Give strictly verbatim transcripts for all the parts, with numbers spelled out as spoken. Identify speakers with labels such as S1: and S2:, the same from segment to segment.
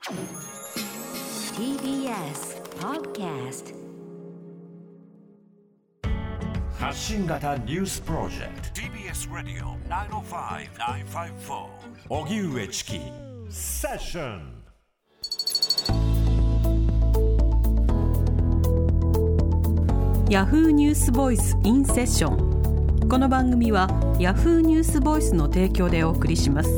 S1: ティービーエス Podcast
S2: 発信型ニュースプロジェクト ティービーエス ラディオ きゅうまるご きゅうごよん荻上チキセッション。
S3: ヤフーニュースボイスインセッション。この番組はヤフーニュースボイスの提供でお送りします。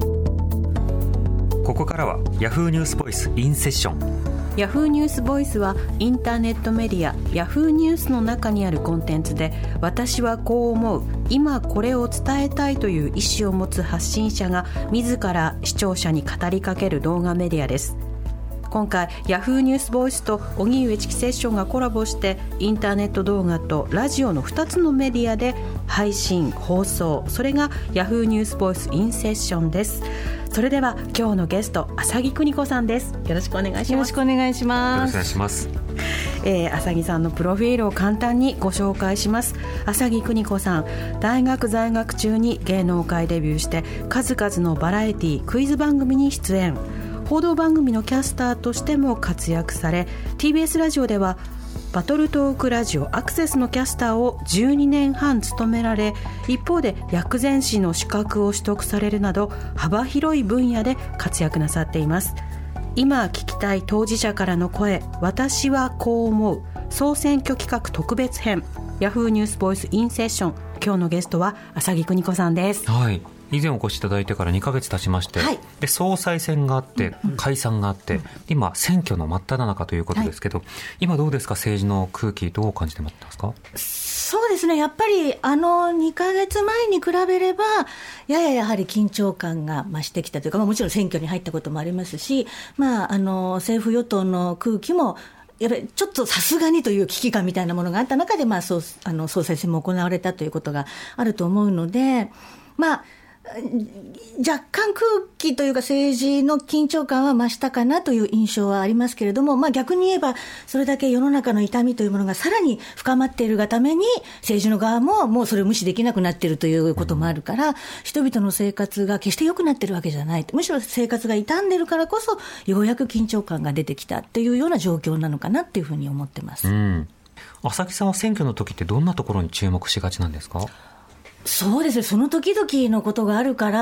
S4: ここからはヤフーニュースボイスインセッション。
S3: ヤフーニュースボイスはインターネットメディアヤフーニュースの中にあるコンテンツで、私はこう思う、今これを伝えたいという意思を持つ発信者が自ら視聴者に語りかける動画メディアです。今回ヤフーニュースボイスと荻上チキセッションがコラボして、インターネット動画とラジオのふたつのメディアで配信放送、それがヤフーニュースボイスインセッションです。それでは今日のゲスト、浅木邦子さんです。よろしくお願いします。
S5: よろしくお願いします。
S4: よろしくお願いします。
S3: えー、浅木さんのプロフィールを簡単にご紹介します。浅木邦子さん、大学在学中に芸能界デビューして数々のバラエティクイズ番組に出演、報道番組のキャスターとしても活躍され、 ティービーエス ラジオではバトルトークラジオアクセスのキャスターをじゅうにねんはん務められ、一方で薬膳師の資格を取得されるなど幅広い分野で活躍なさっています。今聞きたい当事者からの声、私はこう思う総選挙企画特別編、ヤフーニュースボイスインセッション。今日のゲストは浅木邦子さんです。
S4: はい、以前お越しいただいてからにかげつ経ちまして、はい、で総裁選があって解散があって、うん、今選挙の真っ只中ということですけど、はい、今どうですか、政治の空気どう感じてますか？
S5: そうですね、やっぱりあのにかげつまえに比べればやややはり緊張感が増してきたというか、まあ、もちろん選挙に入ったこともありますし、まあ、あの政府与党の空気もやっぱりちょっとさすがにという危機感みたいなものがあった中で、まあ、そうあの総裁選も行われたということがあると思うので、まあ若干空気というか政治の緊張感は増したかなという印象はありますけれども、まあ、逆に言えばそれだけ世の中の痛みというものがさらに深まっているがために、政治の側ももうそれを無視できなくなっているということもあるから、人々の生活が決して良くなっているわけじゃない、むしろ生活が傷んでいるからこそようやく緊張感が出てきたっていうような状況なのかなっていうふうに思ってます。うん、
S4: 浅木さんは選挙の時ってどんなところに注目しがちなんですか？
S5: そうですね、その時々のことがあるから、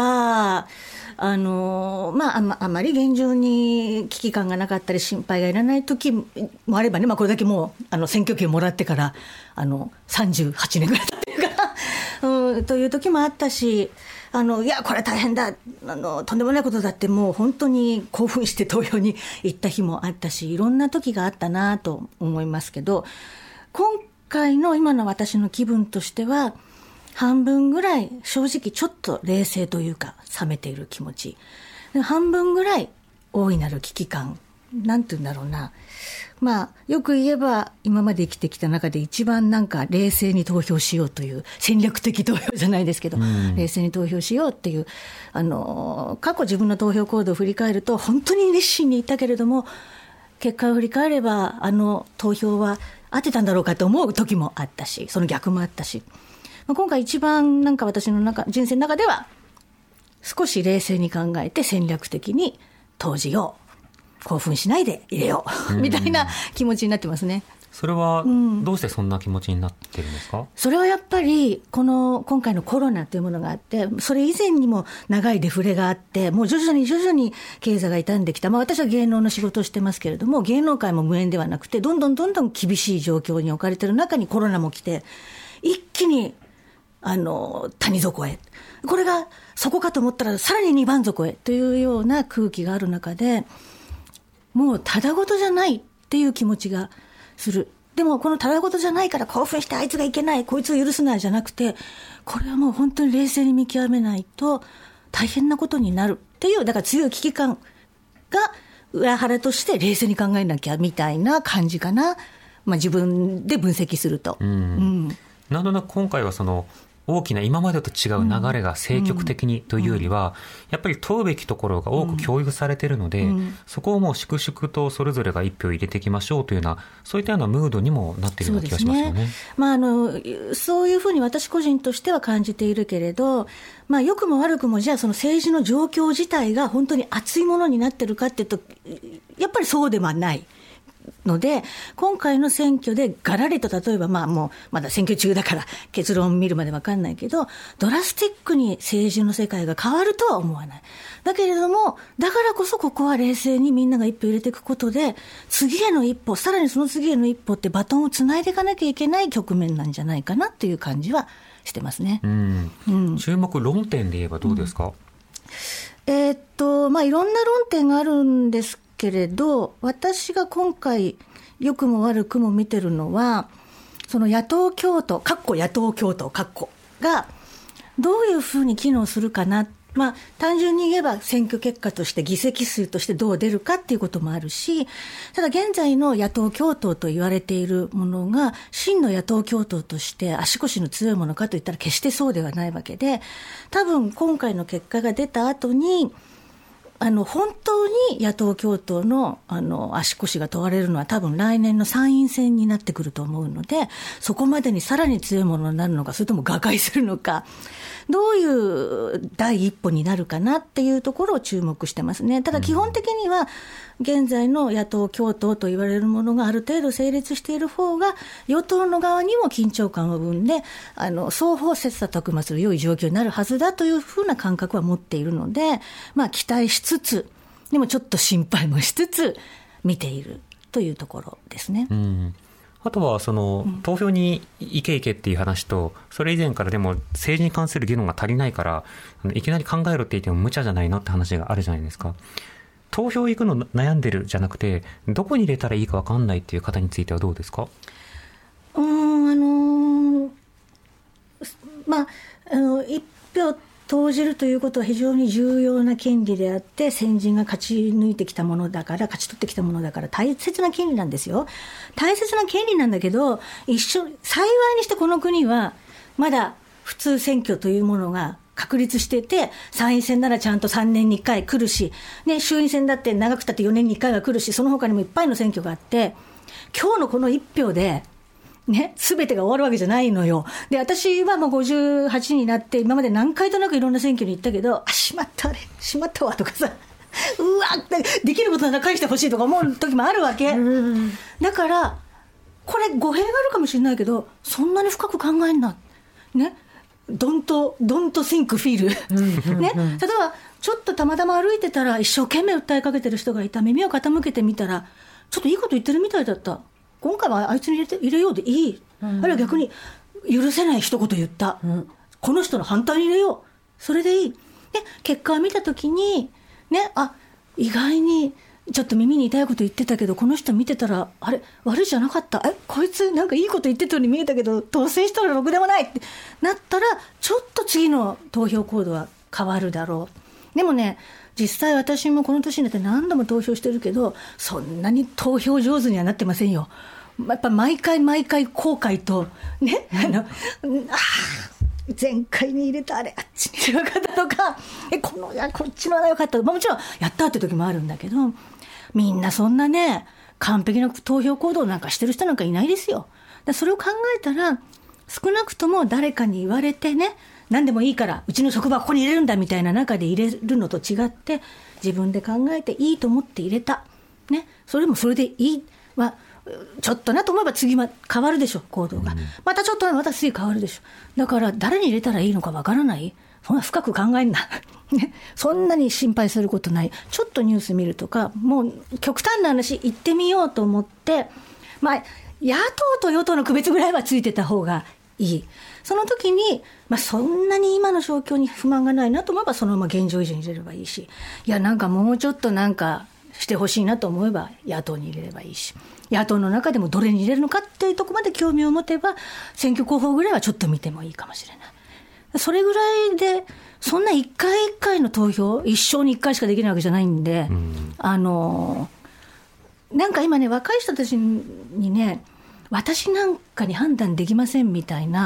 S5: あの、まあ、あま、あまり現状に危機感がなかったり心配がいらない時もあればね、まあ、これだけもうあの選挙権をもらってからあのさんじゅうはちねんぐらい経ってるから、うん、という時もあったし、あのいやこれ大変だ、あのとんでもないことだって、もう本当に興奮して投票に行った日もあったし、いろんな時があったなと思いますけど、今回の今の私の気分としては半分ぐらい正直ちょっと冷静というか冷めている気持ち、半分ぐらい大いなる危機感、なんていうんだろうな、まあよく言えば今まで生きてきた中で一番なんか冷静に投票しようという戦略的投票じゃないですけど、うん、冷静に投票しようっていう、あの過去自分の投票行動を振り返ると本当に熱心に言ったけれども、結果を振り返ればあの投票は合ってたんだろうかと思う時もあったし、その逆もあったし、今回一番なんか私の中人生の中では少し冷静に考えて戦略的に投じよう、興奮しないで入れようみたいな気持ちになってますね。
S4: それはどうしてそんな気持ちになってるんですか？うん、
S5: それはやっぱりこの今回のコロナというものがあって、それ以前にも長いデフレがあって、もう徐々に徐々に経済が傷んできた、まあ、私は芸能の仕事をしてますけれども、芸能界も無縁ではなくてどんどんどんどん厳しい状況に置かれている中にコロナも来て、一気にあの谷底へ、これがそこかと思ったらさらに二番底へというような空気がある中で、もうただごとじゃないっていう気持ちがする。でもこのただごとじゃないから興奮してあいつがいけない、こいつを許すなじゃなくて、これはもう本当に冷静に見極めないと大変なことになるっていう、だから強い危機感が裏腹として冷静に考えなきゃみたいな感じかな、まあ、自分で分析すると。うん、うん、
S4: なんとなく今回はその大きな今までと違う流れが積極的にというよりは、うん、やっぱり問うべきところが多く教育されているので、うん、そこをもう粛々とそれぞれが一票入れていきましょうというような、そういったようなムードにもなっているような気がしますよね。そうですね。
S5: まあ、あのそういうふうに私個人としては感じているけれど、まあ、良くも悪くもじゃあその政治の状況自体が本当に熱いものになっているかっていうと、やっぱりそうではないので、今回の選挙でガラリと、例えばまあもうまだ選挙中だから結論見るまで分かんないけど、ドラスティックに政治の世界が変わるとは思わない。だけれども、だからこそここは冷静にみんなが一歩入れていくことで、次への一歩、さらにその次への一歩ってバトンをつないでいかなきゃいけない局面なんじゃないかなっていう感じはしてますね。
S4: うんうん、注目論点で言えばどうですか？
S5: うん、えー、っとまあいろんな論点があるんですけれど、私が今回良くも悪くも見てるのは、その野党共闘、かっこ野党共闘かっこがどういうふうに機能するかな。まあ、単純に言えば選挙結果として議席数としてどう出るかっていうこともあるし、ただ現在の野党共闘と言われているものが真の野党共闘として足腰の強いものかといったら決してそうではないわけで、多分今回の結果が出た後にあの本当に野党共闘 の, あの足腰が問われるのは多分来年の参院選になってくると思うので、そこまでにさらに強いものになるのか、それとも瓦解するのか、どういう第一歩になるかなっていうところを注目してますね。ただ基本的には現在の野党共闘と言われるものがある程度成立している方が与党の側にも緊張感を生んで、あの双方切磋琢磨する良い状況になるはずだというふうな感覚は持っているので、まあ期待しつつでもちょっと心配もしつつ見ているというところですね。
S4: うん、あとはその投票に行け行けっていう話と、それ以前からでも政治に関する議論が足りないからいきなり考えろって言っても無茶じゃないのって話があるじゃないですか。投票行くの悩んでるじゃなくて、どこに入れたらいいか分かんないっていう方についてはどうですか？
S5: うーん、あのー、まあ、あの一票投じるということは非常に重要な権利であって、先人が勝ち抜いてきたものだから、勝ち取ってきたものだから大切な権利なんですよ。大切な権利なんだけど、一緒幸いにしてこの国はまだ普通選挙というものが確立してて、参院選ならちゃんとさんねんにいっかい来るし、ね、衆院選だって長くたってよねんにいっかいは来るし、その他にもいっぱいの選挙があって、今日のこのいち票でね、全てが終わるわけじゃないのよ。で、私はもうごじゅうはちになって今まで何回となくいろんな選挙に行ったけど、あ、しまったあれしまったわとかさ、うわできることなら返してほしいとか思う時もあるわけ。だからこれ語弊があるかもしれないけど、そんなに深く考えんなね、Don't, don't think feel ね、例えばちょっとたまたま歩いてたら一生懸命訴えかけてる人がいた、耳を傾けてみたらちょっといいこと言ってるみたいだった、今回はあいつに入れて入れようでいい、うん、あるいは逆に許せない一言言った、うん、この人の反対に入れよう、それでいい、で結果を見たときに、ね、あ、意外にちょっと耳に痛いこと言ってたけど、この人見てたらあれ悪いじゃなかった、えこいつなんかいいこと言ってたように見えたけど当選したらろくでもないってなったら、ちょっと次の投票行動は変わるだろう。でもね、実際私もこの年になって何度も投票してるけど、そんなに投票上手にはなってませんよ。やっぱ毎回毎回後悔とね、あの、あ前回に入れたあれあっちに入れなかったとか、えこのいやこっちのが良かった、まあ、もちろんやったって時もあるんだけど、みんなそんなね完璧な投票行動なんかしてる人なんかいないですよ。だそれを考えたら、少なくとも誰かに言われてね、何でもいいからうちの職場ここに入れるんだみたいな中で入れるのと違って、自分で考えていいと思って入れた、ね、それもそれでいいはちょっとなと思えば次は変わるでしょ、行動が、うん、またちょっとまた次変わるでしょ。だから誰に入れたらいいのかわからない、そんな深く考えんなね、そんなに心配することない。ちょっとニュース見るとか、もう極端な話言ってみようと思って、まあ、野党と与党の区別ぐらいはついてた方がいい。その時に、まあ、そんなに今の状況に不満がないなと思えばそのまま現状維持に入れればいいし、いやなんかもうちょっとなんかしてほしいなと思えば野党に入れればいいし、野党の中でもどれに入れるのかっていうところまで興味を持てば選挙候補ぐらいはちょっと見てもいいかもしれない。それぐらいで、そんないっかいいっかいの投票一生にいっかいしかできないわけじゃないんで、うん、あのなんか今ね、若い人たちにね、私なんかに判断できませんみたいな、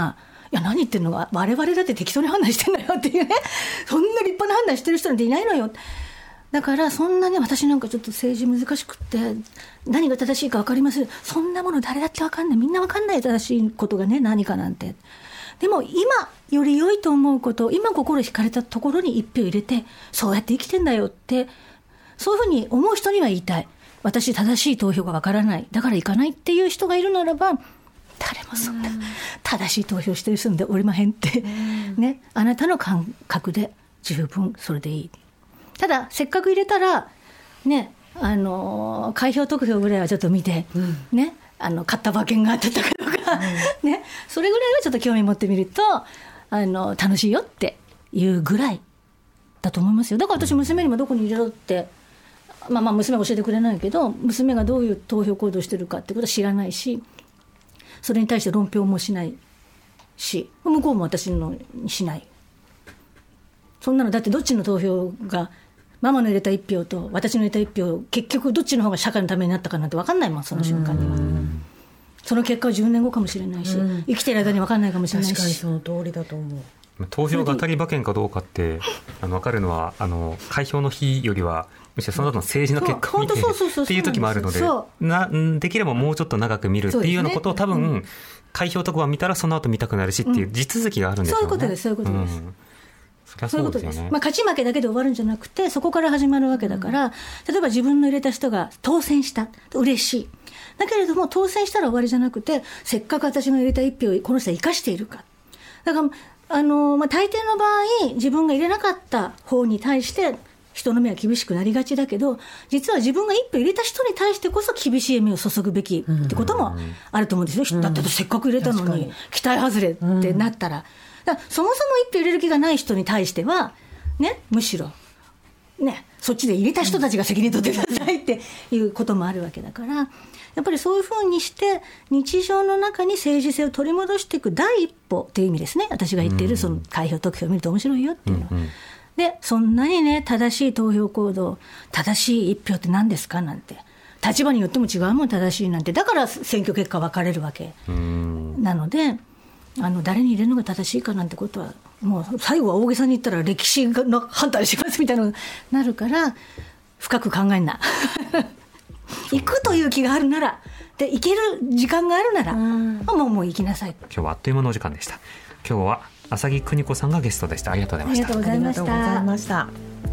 S5: いや何言ってんのが我々だって適当に判断してんだよっていうねそんな立派な判断してる人なんていないのよ。だからそんなね私なんかちょっと政治難しくって何が正しいか分かりません。そんなもの誰だって分かんない。みんな分かんない正しいことがね何かなんて。でも今より良いと思うこと今心惹かれたところに一票入れてそうやって生きてんだよってそういうふうに思う人には言いたい。私正しい投票が分からないだから行かないっていう人がいるならば誰もそんな正しい投票してる人でおりまへんって、ね、あなたの感覚で十分それでいい。ただせっかく入れたらねあの開票得票ぐらいはちょっと見て、うん、ねあの買った馬券が当たったかどうか、うんね、それぐらいはちょっと興味持ってみるとあの楽しいよっていうぐらいだと思いますよ。だから私娘にもどこに入れろってまあまあ娘は教えてくれないけど娘がどういう投票行動してるかってことは知らないしそれに対して論評もしないし向こうも私のにしない。そんなのだってどっちの投票がママの入れた一票と私の入れた一票結局どっちの方が社会のためになったかなんて分かんないもんその瞬間には。その結果はじゅうねんごかもしれないし生きてる間に分かんないかもしれないし。
S3: 確かにその通りだと思う。
S4: 投票が当たり馬券かどうかってあの分かるのはあの開票の日よりはむしろその後の政治の結果を見てっていう時もあるのでなできればもうちょっと長く見るっていうようなことを多分開票特番見たらその後見たくなるしっていう地続きがあるんですよね。
S5: そういうことですそういうことです、うん
S4: そりゃそうですよね。
S5: まあ、勝ち負けだけで終わるんじゃなくてそこから始まるわけだから、うん、例えば自分の入れた人が当選した嬉しいだけれども当選したら終わりじゃなくてせっかく私の入れた一票をこの人は生かしているかだからあの、まあ、大抵の場合自分が入れなかった方に対して人の目は厳しくなりがちだけど実は自分が一票入れた人に対してこそ厳しい目を注ぐべきってこともあると思うんですよ、うん、だってせっかく入れたのに期待外れってなったら、だからそもそも一票入れる気がない人に対しては、ね、むしろ、ね、そっちで入れた人たちが責任取ってくださいっていうこともあるわけだからやっぱりそういうふうにして日常の中に政治性を取り戻していく第一歩という意味ですね。私が言っているその開票得票を見ると面白いよっていうのは、うんうん、でそんなにね正しい投票行動正しい一票って何ですかなんて立場によっても違うもん正しいなんてだから選挙結果分かれるわけなのであの誰に入れるのが正しいかなんてことはもう最後は大げさに言ったら歴史の判断しますみたいなのになるから深く考えんな行くという気があるならで行ける時間があるならもうもう行きなさい。
S4: 今日はあっという間のお時間でした。今日は浅木邦子さんがゲストでした。ありがとうございました。
S5: ありがとうございました。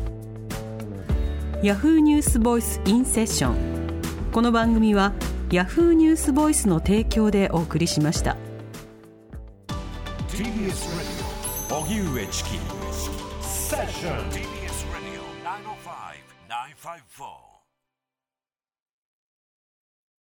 S3: ヤフーニュースボイスインセッション。この番組はヤフーニュースボイスの提供でお送りしました。
S2: ティービーエス ラジオ荻上チキセッション ティービーエス ラジオナインオーファイブナインファイブフォー